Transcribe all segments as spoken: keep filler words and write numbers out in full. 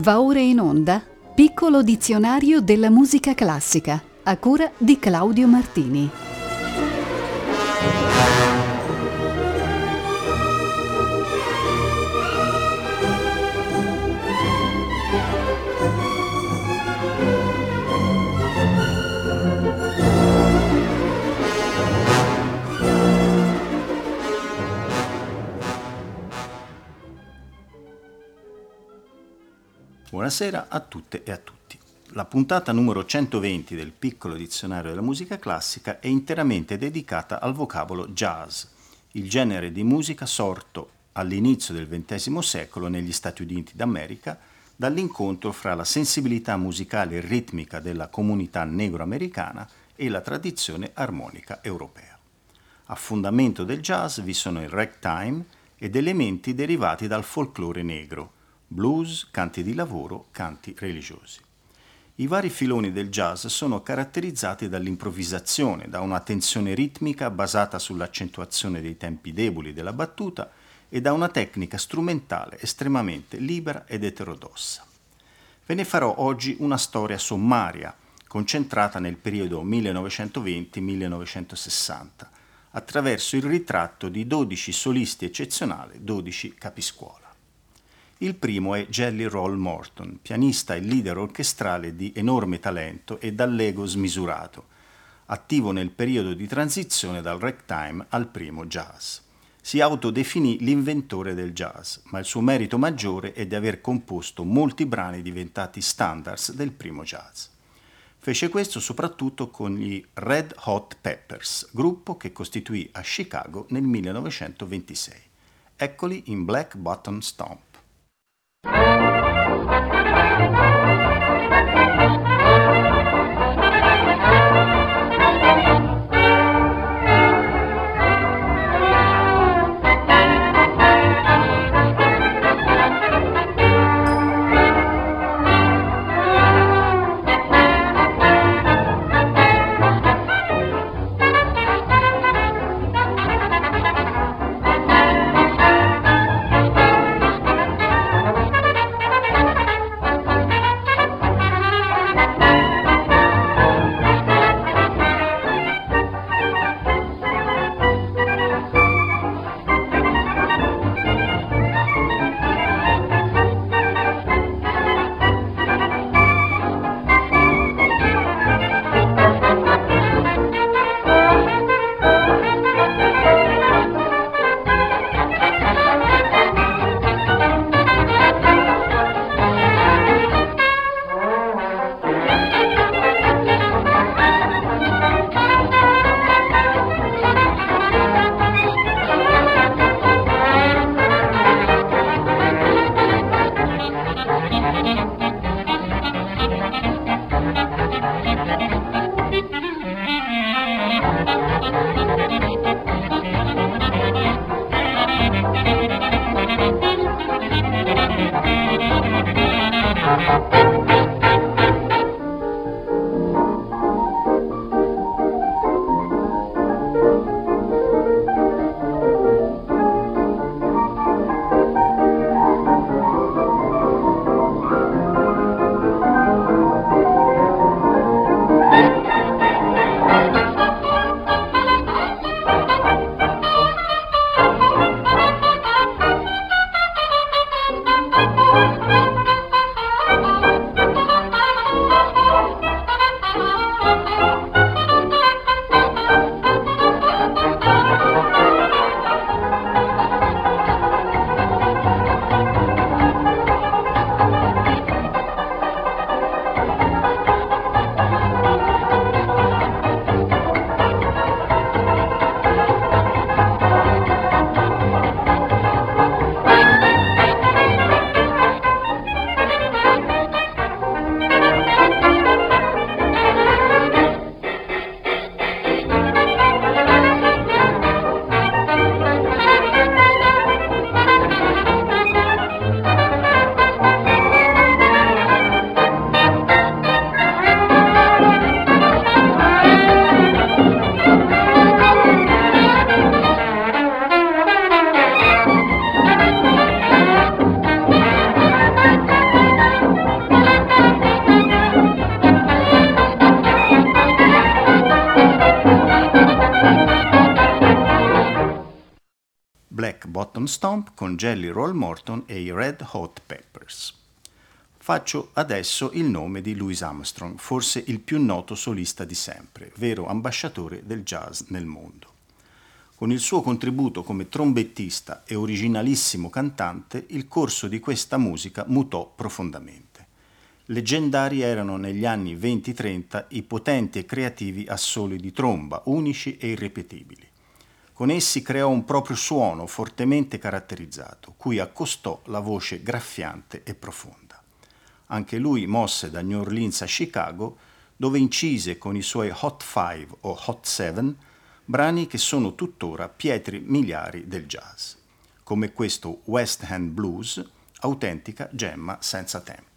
Va ora in onda Piccolo dizionario della musica classica, a cura di Claudio Martini. Buonasera a tutte e a tutti. La puntata numero centoventi del Piccolo dizionario della musica classica è interamente dedicata al vocabolo jazz, il genere di musica sorto all'inizio del ventesimo secolo negli Stati Uniti d'America dall'incontro fra la sensibilità musicale e ritmica della comunità negro-americana e la tradizione armonica europea. A fondamento del jazz vi sono il ragtime ed elementi derivati dal folklore negro, blues, canti di lavoro, canti religiosi. I vari filoni del jazz sono caratterizzati dall'improvvisazione, da una tensione ritmica basata sull'accentuazione dei tempi deboli della battuta e da una tecnica strumentale estremamente libera ed eterodossa. Ve ne farò oggi una storia sommaria, concentrata nel periodo millenovecentoventi millenovecentosessanta, attraverso il ritratto di dodici solisti eccezionali, dodici capiscuola. Il primo è Jelly Roll Morton, pianista e leader orchestrale di enorme talento e dall'ego smisurato, attivo nel periodo di transizione dal ragtime al primo jazz. Si autodefinì l'inventore del jazz, ma il suo merito maggiore è di aver composto molti brani diventati standards del primo jazz. Fece questo soprattutto con gli Red Hot Peppers, gruppo che costituì a Chicago nel millenovecentoventisei. Eccoli in Black Button Stomp. Cotton Stomp con Jelly Roll Morton e i Red Hot Peppers. Faccio adesso il nome di Louis Armstrong, forse il più noto solista di sempre, vero ambasciatore del jazz nel mondo. Con il suo contributo come trombettista e originalissimo cantante, il corso di questa musica mutò profondamente. Leggendari erano negli anni venti trenta i potenti e creativi assoli di tromba, unici e irripetibili. Con essi creò un proprio suono fortemente caratterizzato, cui accostò la voce graffiante e profonda. Anche lui mosse da New Orleans a Chicago, dove incise con i suoi Hot Five o Hot Seven brani che sono tuttora pietri miliari del jazz, come questo West End Blues, autentica gemma senza tempo.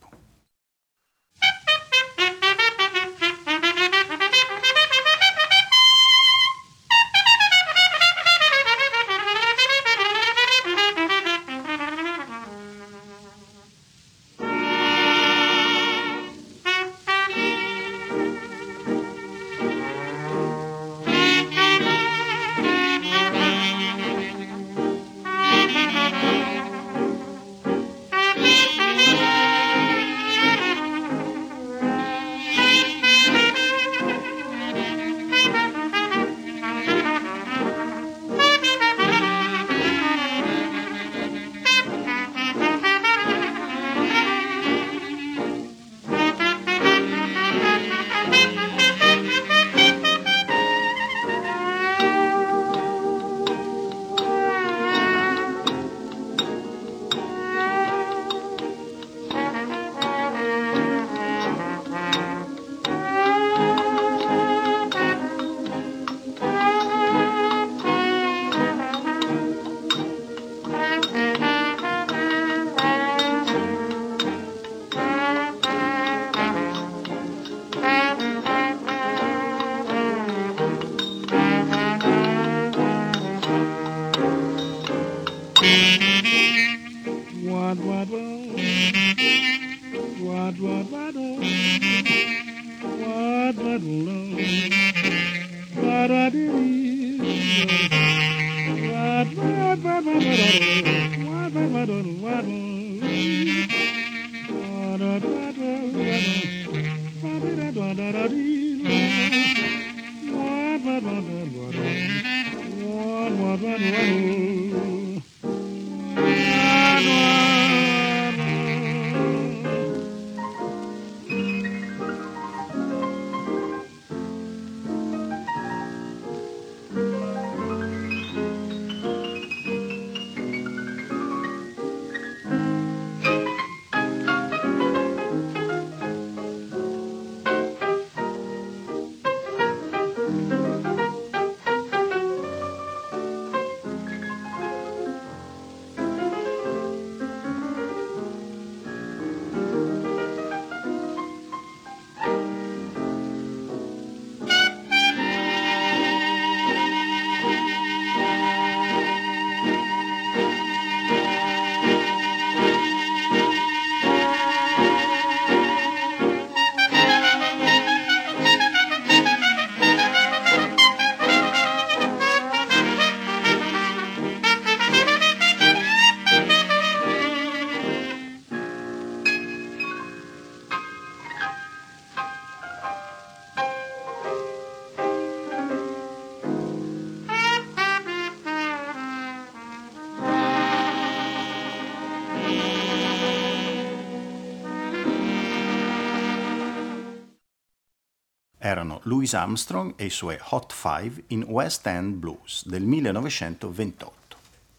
Erano Louis Armstrong e i suoi Hot Five in West End Blues del millenovecentoventotto.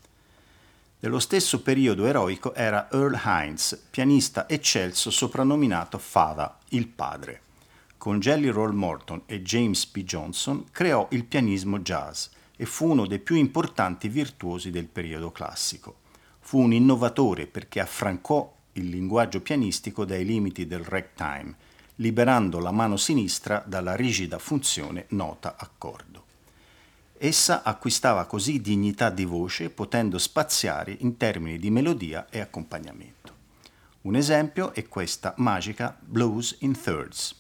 Dello stesso periodo eroico era Earl Hines, pianista eccelso soprannominato Fava, il padre. Con Jelly Roll Morton e James P. Johnson creò il pianismo jazz e fu uno dei più importanti virtuosi del periodo classico. Fu un innovatore perché affrancò il linguaggio pianistico dai limiti del ragtime, liberando la mano sinistra dalla rigida funzione nota-accordo. Essa acquistava così dignità di voce, potendo spaziare in termini di melodia e accompagnamento. Un esempio è questa magica Blues in Thirds.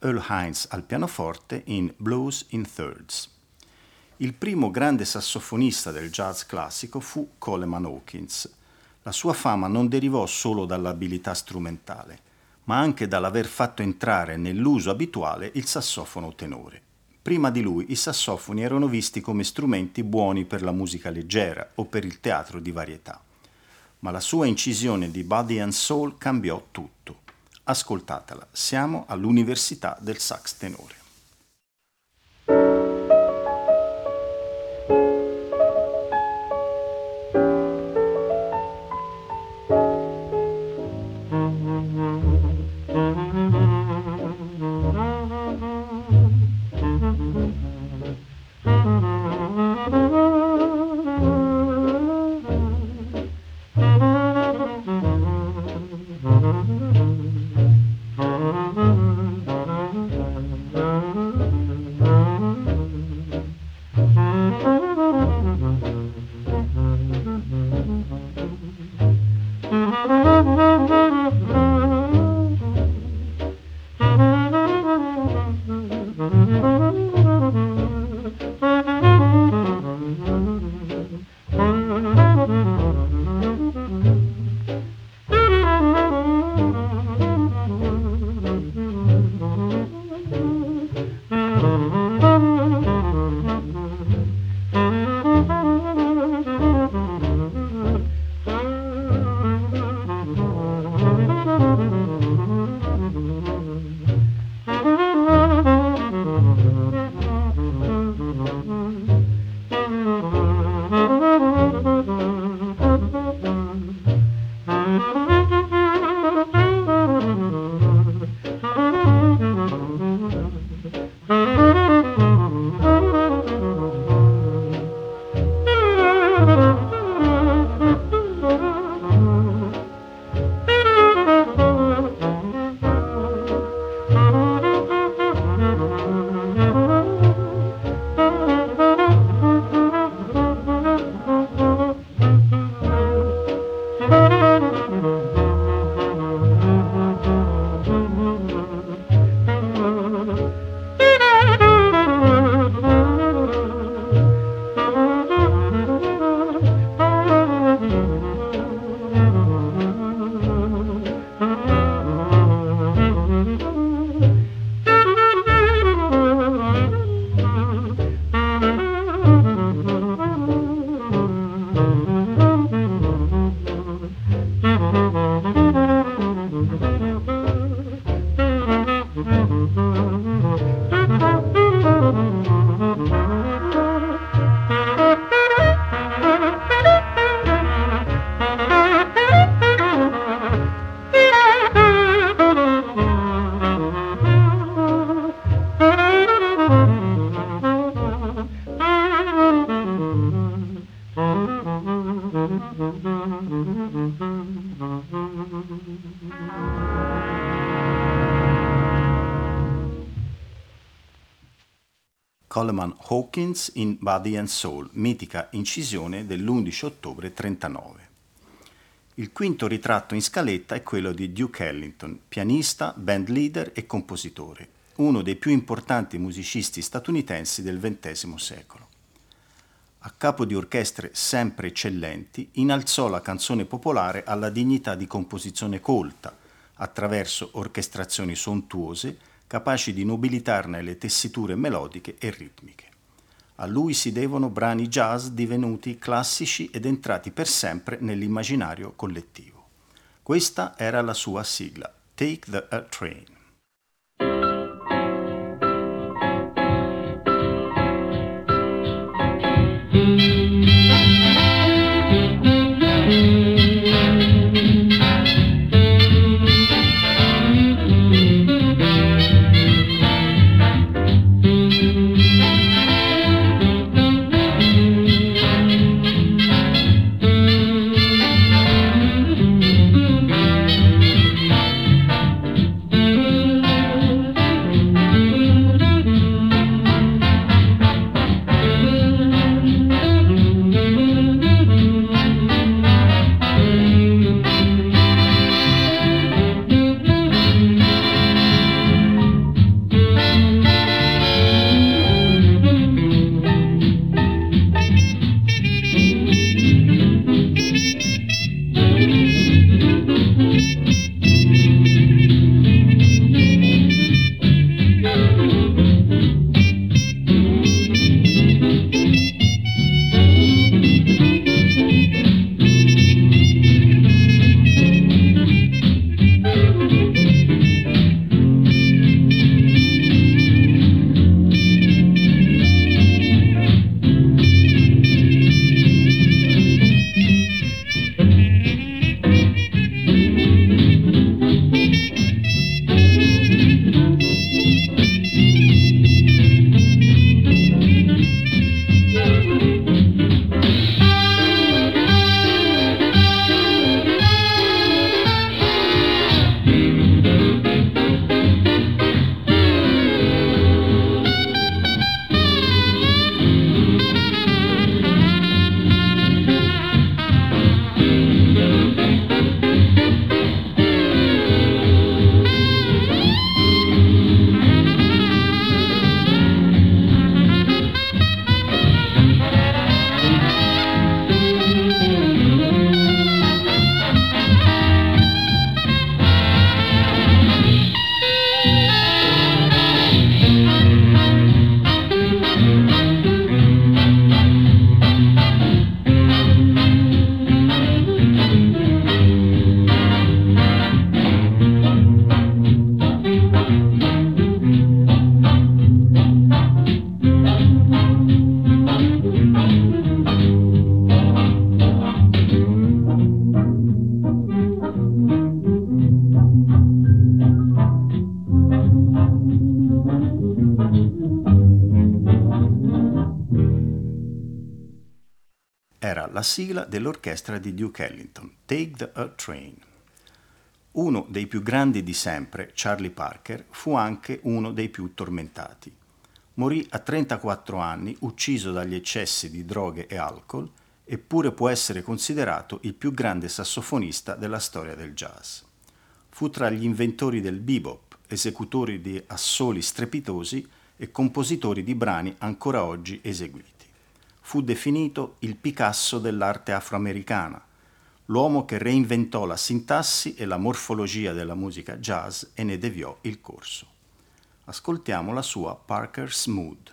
Earl Hines al pianoforte in Blues in Thirds. Il primo grande sassofonista del jazz classico fu Coleman Hawkins. La sua fama non derivò solo dall'abilità strumentale, ma anche dall'aver fatto entrare nell'uso abituale il sassofono tenore. Prima di lui i sassofoni erano visti come strumenti buoni per la musica leggera o per il teatro di varietà. Ma la sua incisione di Body and Soul cambiò tutto. Ascoltatela, siamo all'Università del Sax Tenore. Coleman Hawkins in Body and Soul, mitica incisione dell'undici ottobre trentanove. Il quinto ritratto in scaletta è quello di Duke Ellington, pianista, band leader e compositore, uno dei più importanti musicisti statunitensi del ventesimo secolo. A capo di orchestre sempre eccellenti, innalzò la canzone popolare alla dignità di composizione colta, attraverso orchestrazioni sontuose, capaci di nobilitarne le tessiture melodiche e ritmiche. A lui si devono brani jazz divenuti classici ed entrati per sempre nell'immaginario collettivo. Questa era la sua sigla, Take the A Train. Thank you. la sigla dell'orchestra di Duke Ellington, Take the A Train. Uno dei più grandi di sempre, Charlie Parker, fu anche uno dei più tormentati. Morì a trentaquattro anni, ucciso dagli eccessi di droghe e alcol, eppure può essere considerato il più grande sassofonista della storia del jazz. Fu tra gli inventori del bebop, esecutori di assoli strepitosi e compositori di brani ancora oggi eseguiti. Fu definito il Picasso dell'arte afroamericana, l'uomo che reinventò la sintassi e la morfologia della musica jazz e ne deviò il corso. Ascoltiamo la sua Parker's Mood.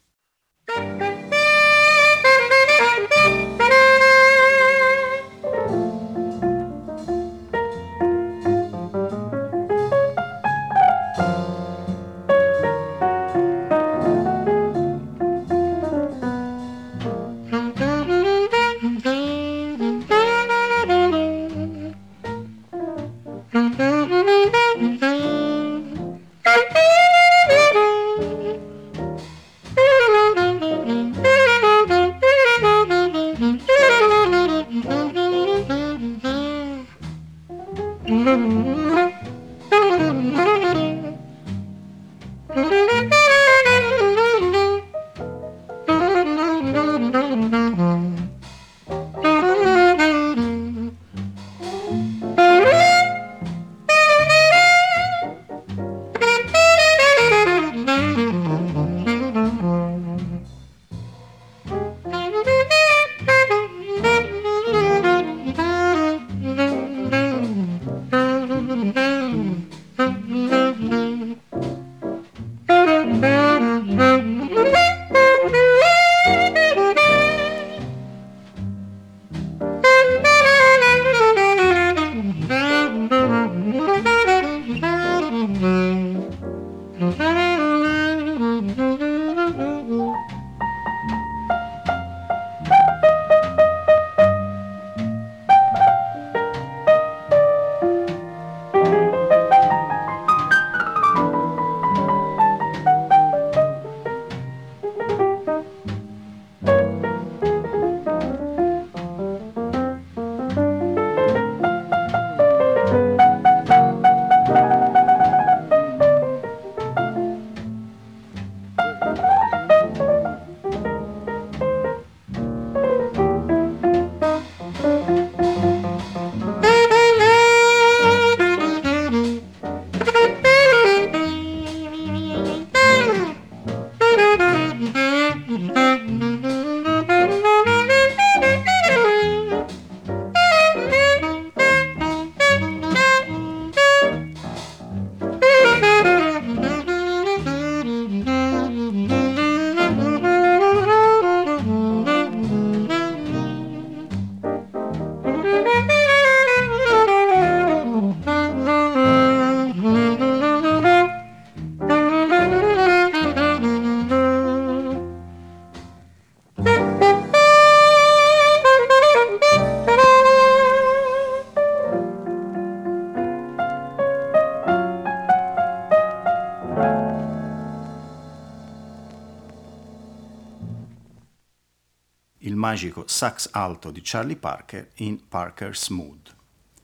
Magico sax alto di Charlie Parker in Parker's Mood.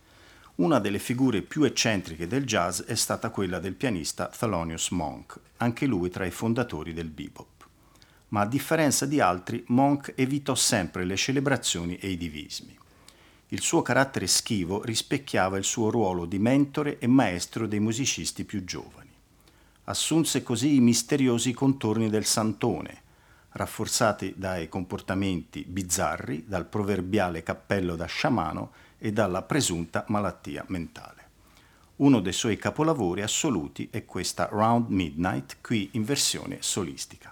Una delle figure più eccentriche del jazz è stata quella del pianista Thelonious Monk, anche lui tra i fondatori del bebop. Ma a differenza di altri, Monk evitò sempre le celebrazioni e i divismi. Il suo carattere schivo rispecchiava il suo ruolo di mentore e maestro dei musicisti più giovani. Assunse così i misteriosi contorni del santone, rafforzati dai comportamenti bizzarri, dal proverbiale cappello da sciamano e dalla presunta malattia mentale. Uno dei suoi capolavori assoluti è questa Round Midnight, qui in versione solistica.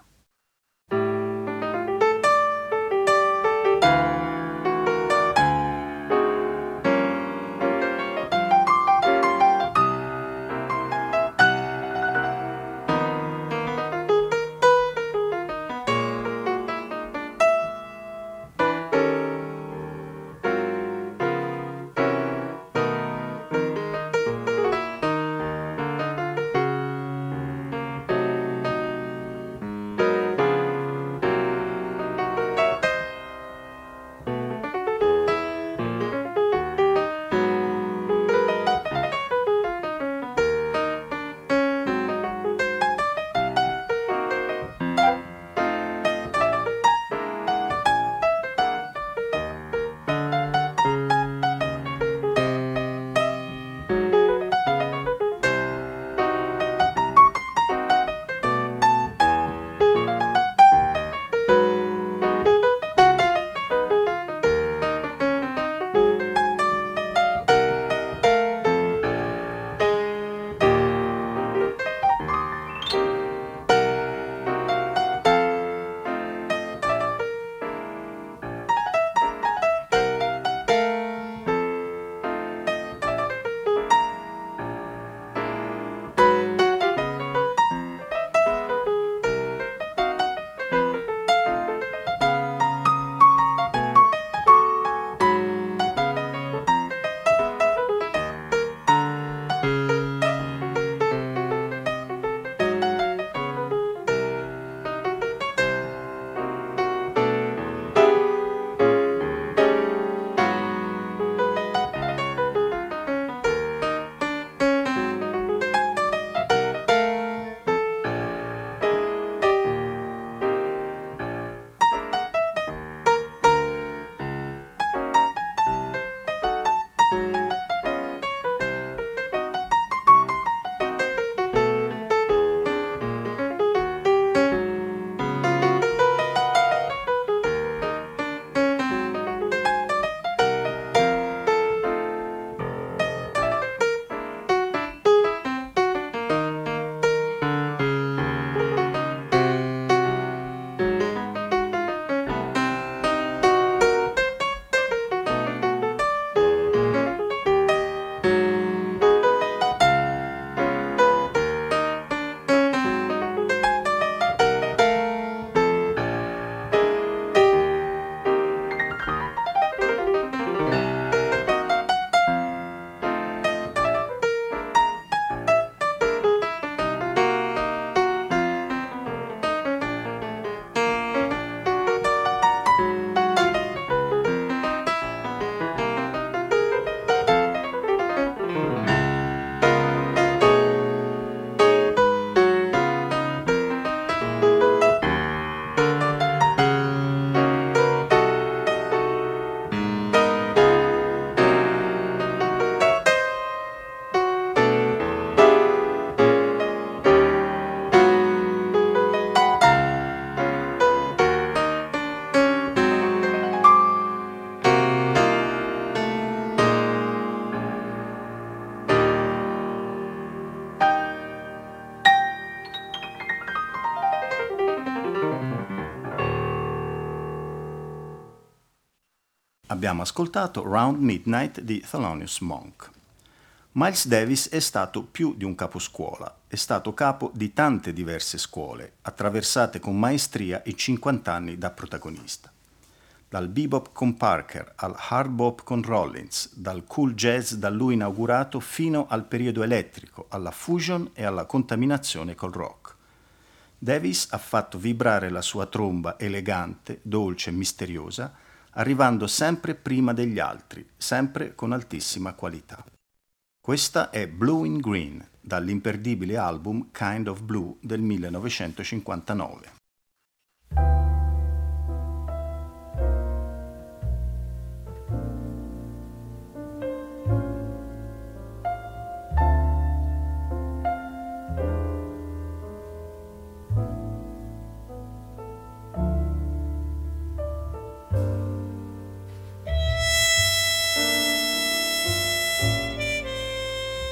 Abbiamo ascoltato Round Midnight di Thelonious Monk. Miles Davis è stato più di un caposcuola, è stato capo di tante diverse scuole, attraversate con maestria i cinquanta anni da protagonista. Dal bebop con Parker al hard bop con Rollins, dal cool jazz da lui inaugurato fino al periodo elettrico, alla fusion e alla contaminazione col rock. Davis ha fatto vibrare la sua tromba elegante, dolce e misteriosa, arrivando sempre prima degli altri, sempre con altissima qualità. Questa è Blue in Green, dall'imperdibile album Kind of Blue del millenovecentocinquantanove.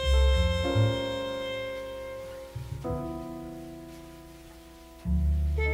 Thank you.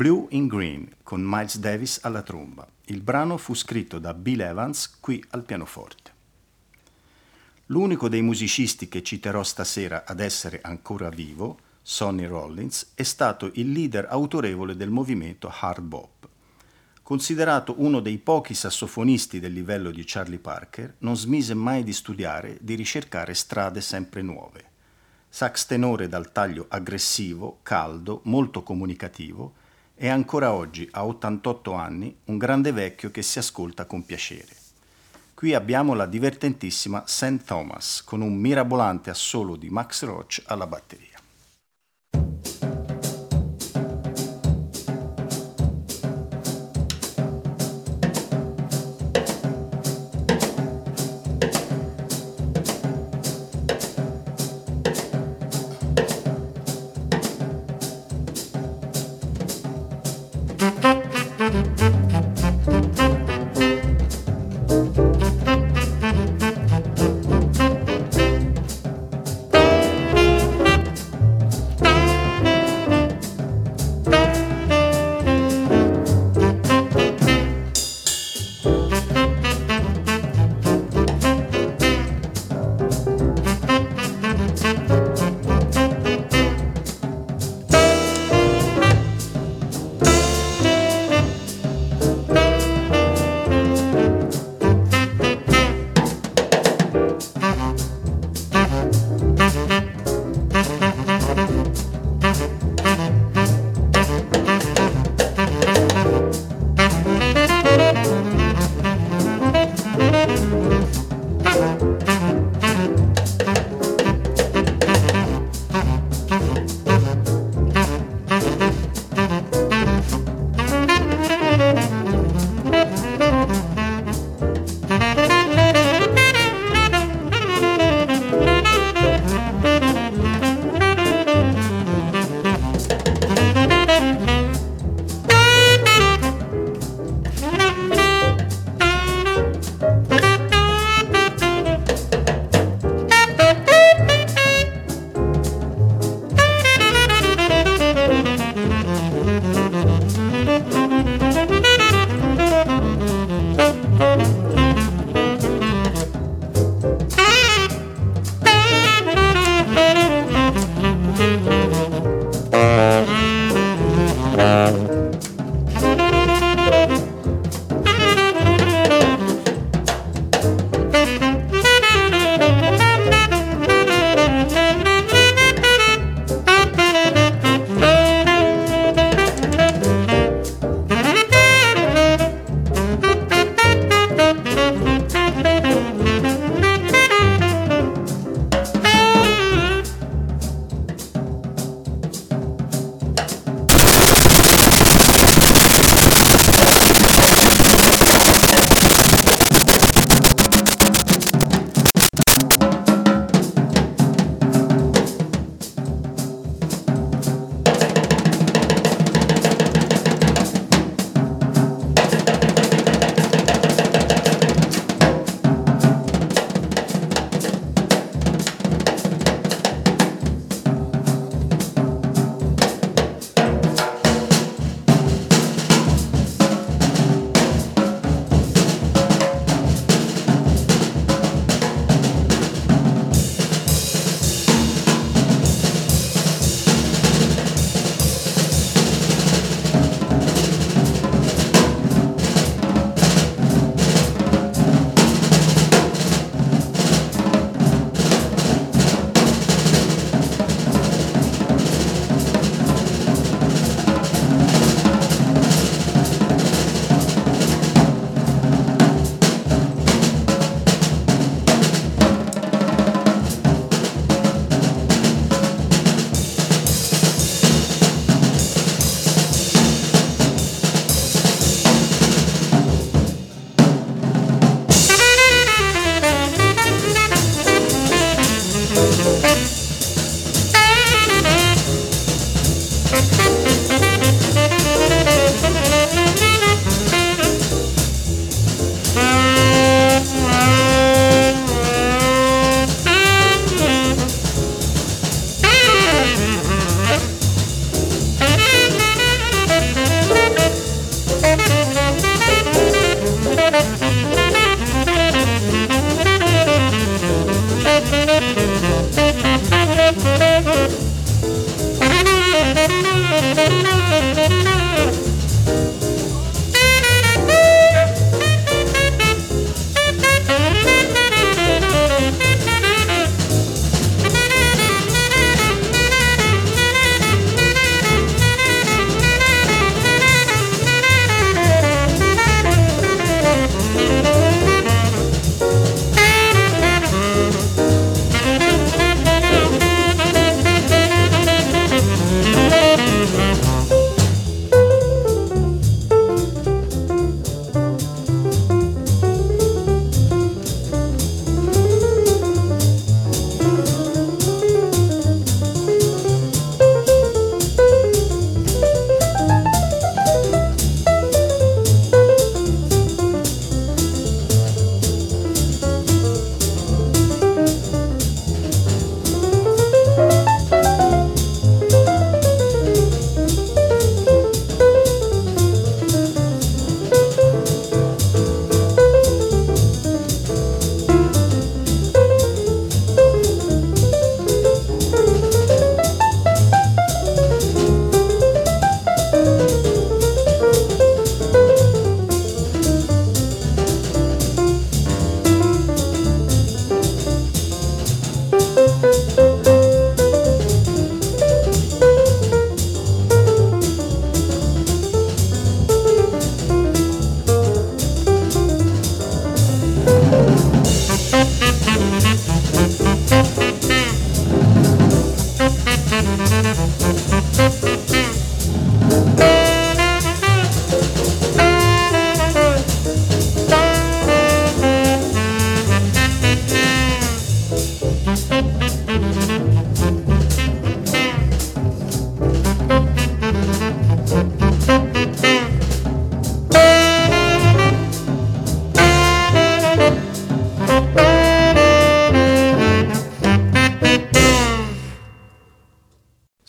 Blue in Green con Miles Davis alla tromba. Il brano fu scritto da Bill Evans qui al pianoforte. L'unico dei musicisti che citerò stasera ad essere ancora vivo, Sonny Rollins, è stato il leader autorevole del movimento hard bop. Considerato uno dei pochi sassofonisti del livello di Charlie Parker, non smise mai di studiare, di ricercare strade sempre nuove. Sax tenore dal taglio aggressivo, caldo, molto comunicativo, e ancora oggi, a ottantotto anni, un grande vecchio che si ascolta con piacere. Qui abbiamo la divertentissima Saint Thomas con un mirabolante assolo di Max Roach alla batteria.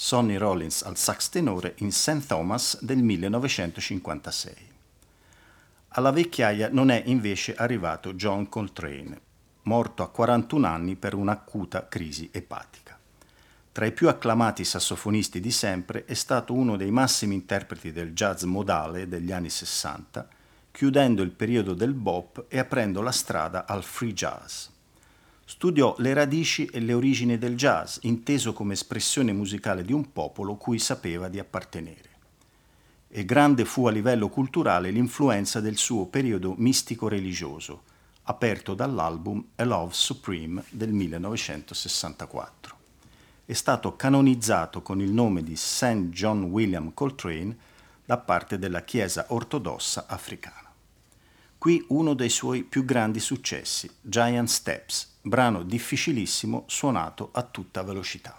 Sonny Rollins al sax tenore in Saint Thomas del millenovecentocinquantasei. Alla vecchiaia non è invece arrivato John Coltrane, morto a quarantuno anni per un'acuta crisi epatica. Tra i più acclamati sassofonisti di sempre è stato uno dei massimi interpreti del jazz modale degli anni sessanta, chiudendo il periodo del bop e aprendo la strada al free jazz. Studiò le radici e le origini del jazz, inteso come espressione musicale di un popolo cui sapeva di appartenere. E grande fu a livello culturale l'influenza del suo periodo mistico-religioso, aperto dall'album A Love Supreme del millenovecentosessantaquattro. È stato canonizzato con il nome di Saint John William Coltrane da parte della Chiesa ortodossa africana. Qui uno dei suoi più grandi successi, Giant Steps, brano difficilissimo suonato a tutta velocità.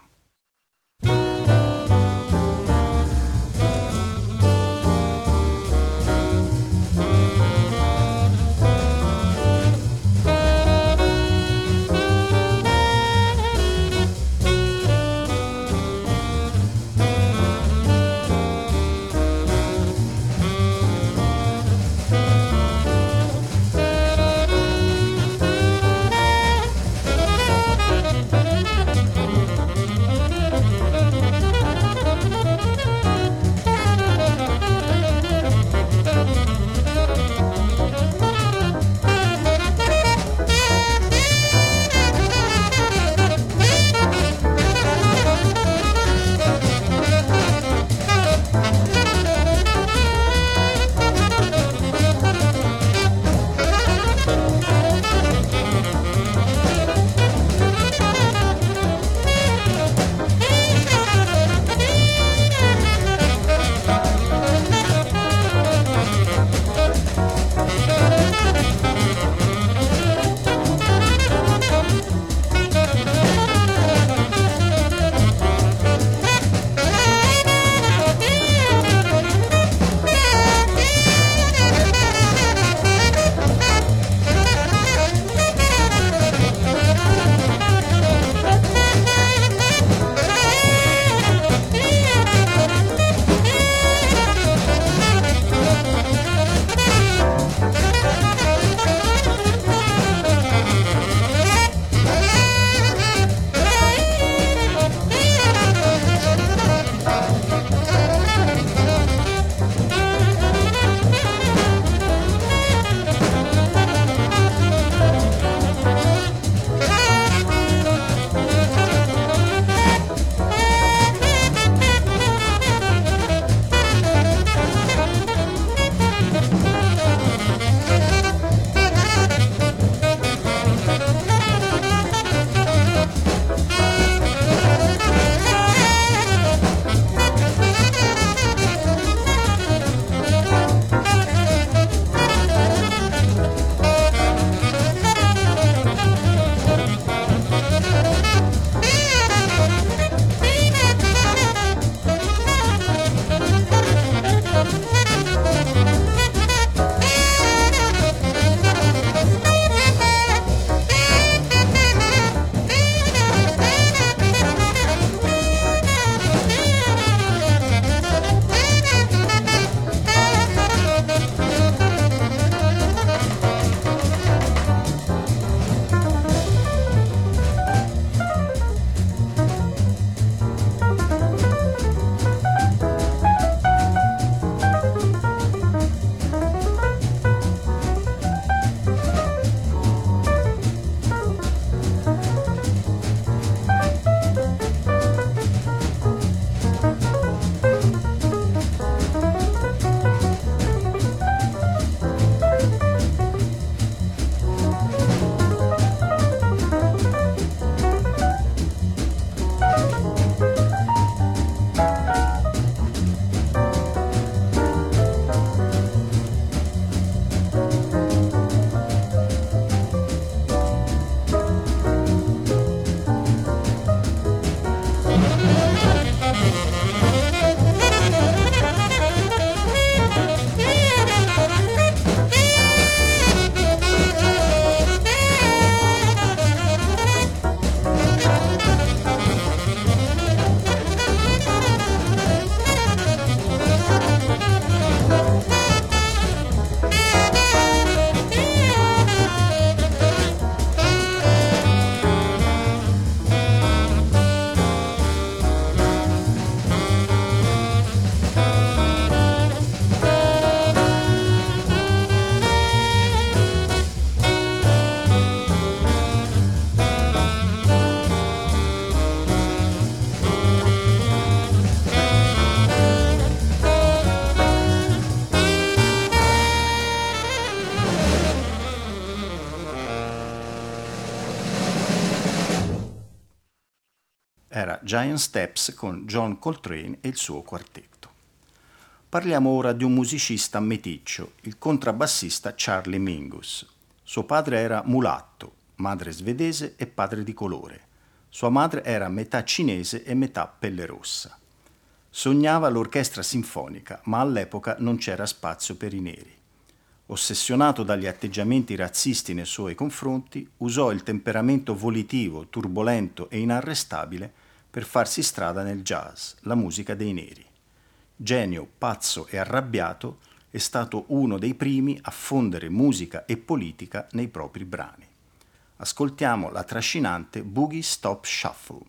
era Giant Steps con John Coltrane e il suo quartetto. Parliamo ora di un musicista meticcio, il contrabbassista Charlie Mingus. Suo padre era mulatto, madre svedese e padre di colore. Sua madre era metà cinese e metà pelle rossa. Sognava l'orchestra sinfonica, ma all'epoca non c'era spazio per i neri. Ossessionato dagli atteggiamenti razzisti nei suoi confronti, usò il temperamento volitivo, turbolento e inarrestabile per farsi strada nel jazz, la musica dei neri. Genio, pazzo e arrabbiato, è stato uno dei primi a fondere musica e politica nei propri brani. Ascoltiamo la trascinante Boogie Stop Shuffle.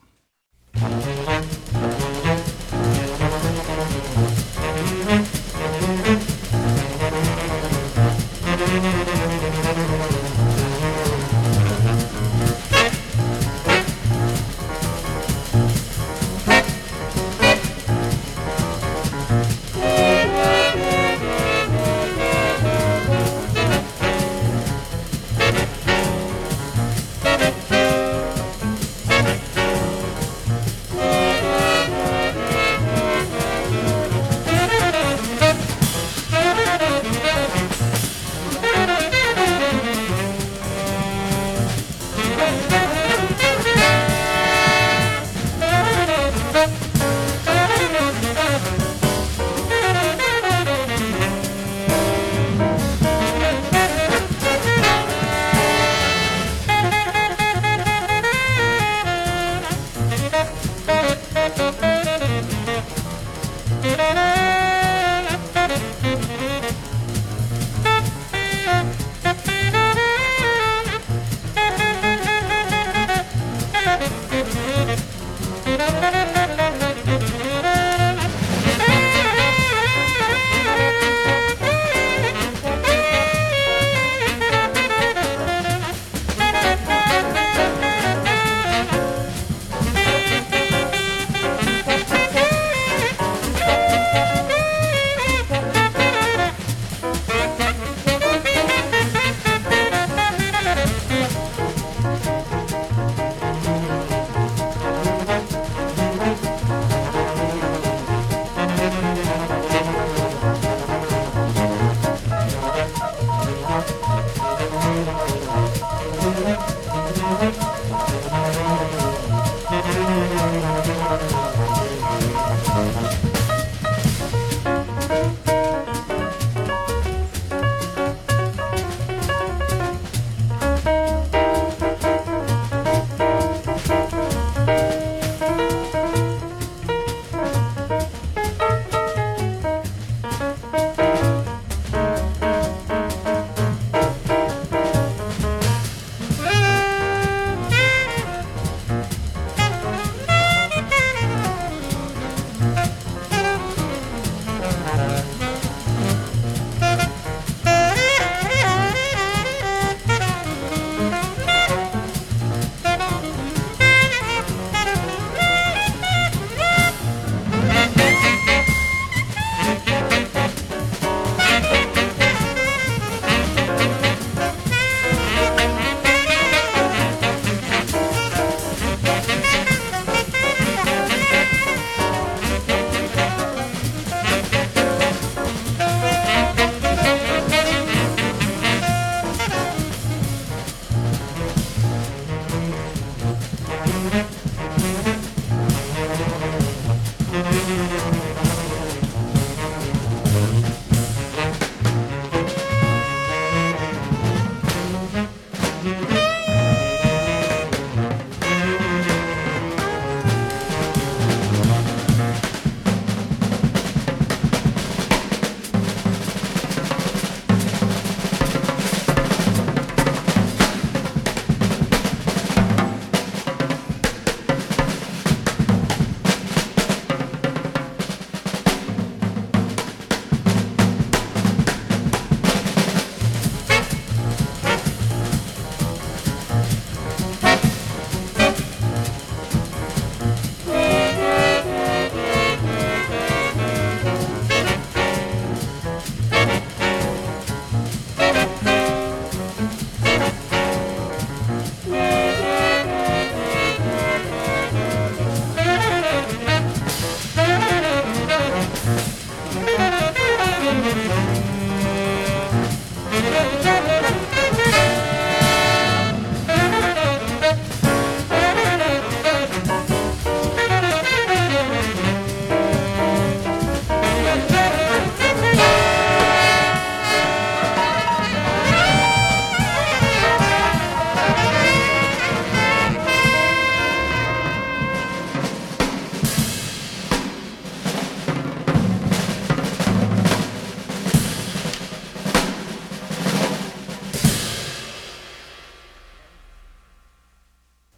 Thank you.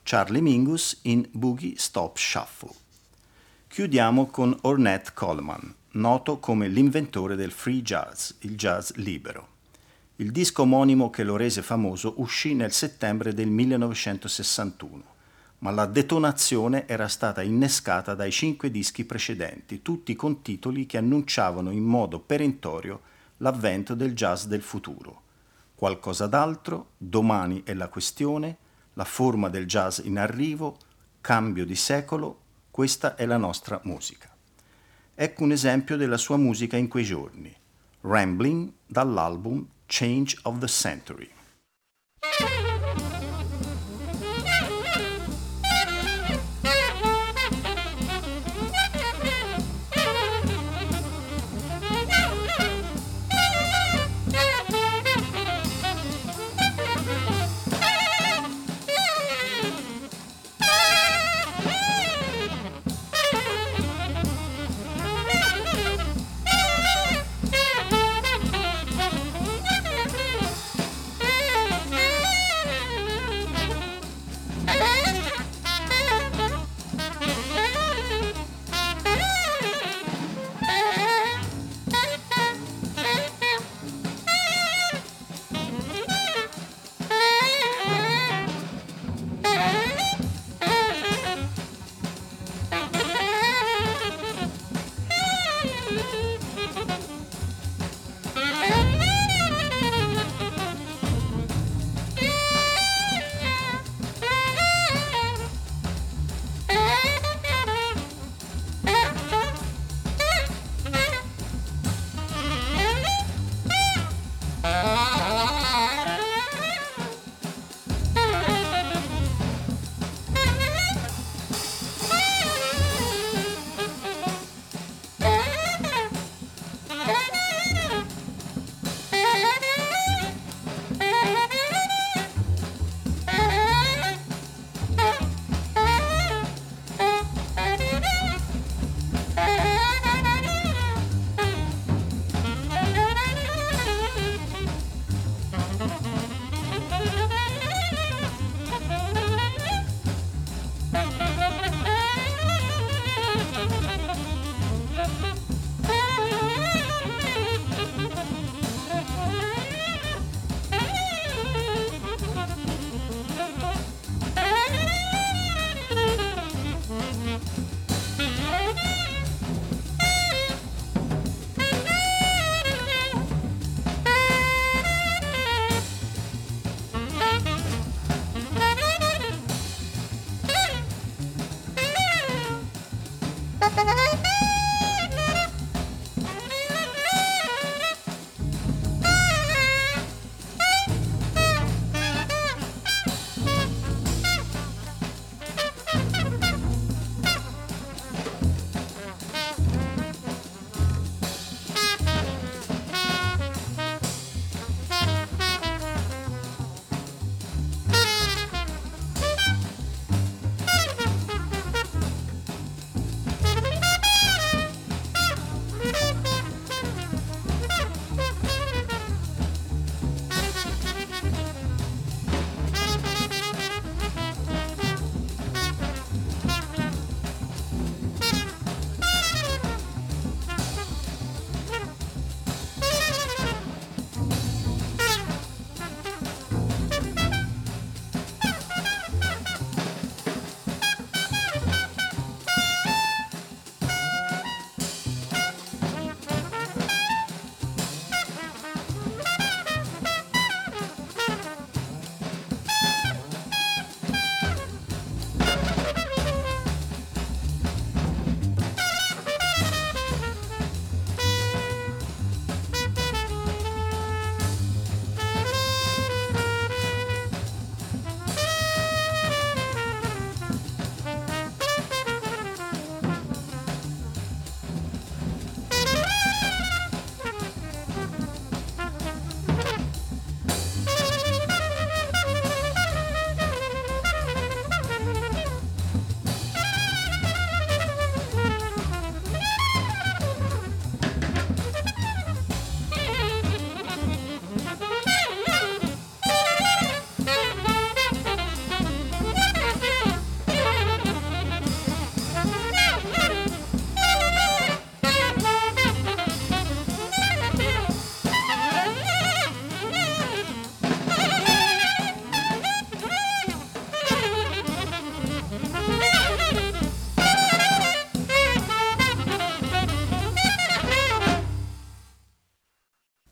Charlie Mingus in Boogie Stop Shuffle. Chiudiamo con Ornette Coleman, noto come l'inventore del free jazz, il jazz libero. Il disco omonimo che lo rese famoso uscì nel settembre del millenovecentosessantuno, ma la detonazione era stata innescata dai cinque dischi precedenti, tutti con titoli che annunciavano in modo perentorio l'avvento del jazz del futuro. Qualcosa d'altro, Domani è la questione, La forma del jazz in arrivo, Cambio di secolo, questa è la nostra musica. Ecco un esempio della sua musica in quei giorni. Rambling dall'album Change of the Century.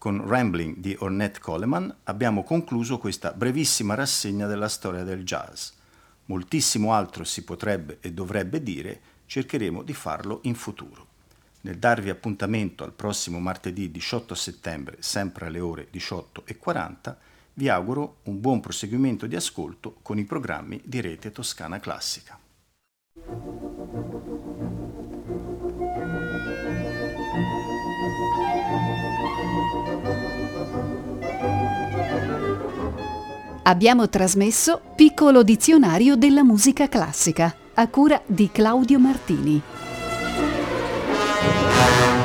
con Rambling di Ornette Coleman abbiamo concluso questa brevissima rassegna della storia del jazz. Moltissimo altro si potrebbe e dovrebbe dire, cercheremo di farlo in futuro. Nel darvi appuntamento al prossimo martedì diciotto settembre, sempre alle ore diciotto e quaranta, vi auguro un buon proseguimento di ascolto con i programmi di Rete Toscana Classica. Abbiamo trasmesso Piccolo dizionario della musica classica, a cura di Claudio Martini.